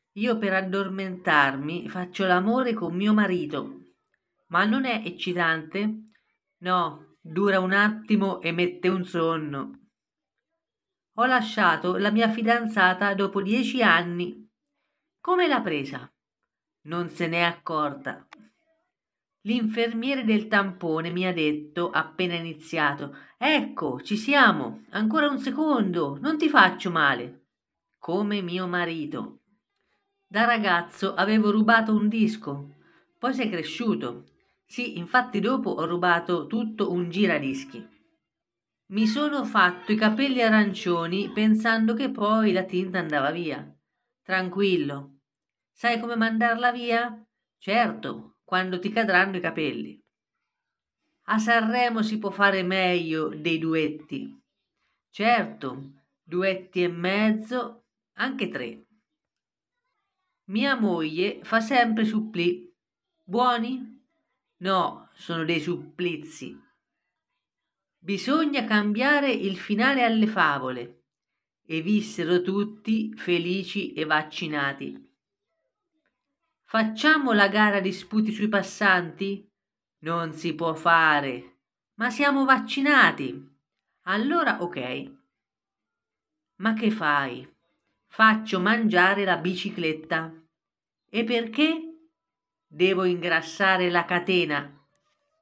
Io per addormentarmi faccio l'amore con mio marito. Ma non è eccitante? No, dura un attimo e mette un sonno. Ho lasciato la mia fidanzata dopo 10 anni. Come l'ha presa? Non se n'è accorta. L'infermiere del tampone mi ha detto, appena iniziato, ecco, ci siamo, ancora un secondo, non ti faccio male. Come mio marito. Da ragazzo avevo rubato un disco, poi sei cresciuto. Sì, infatti dopo ho rubato tutto un giradischi. Mi sono fatto i capelli arancioni pensando che poi la tinta andava via. Tranquillo. Sai come mandarla via? Certo, quando ti cadranno i capelli. A Sanremo si può fare meglio dei duetti. Certo, duetti e mezzo, anche tre. Mia moglie fa sempre supplì. Buoni? No, sono dei supplizi. Bisogna cambiare il finale alle favole. E vissero tutti felici e vaccinati. Facciamo la gara di sputi sui passanti? Non si può fare. Ma siamo vaccinati. Allora ok. Ma che fai? Faccio mangiare la bicicletta. E perché? Devo ingrassare la catena.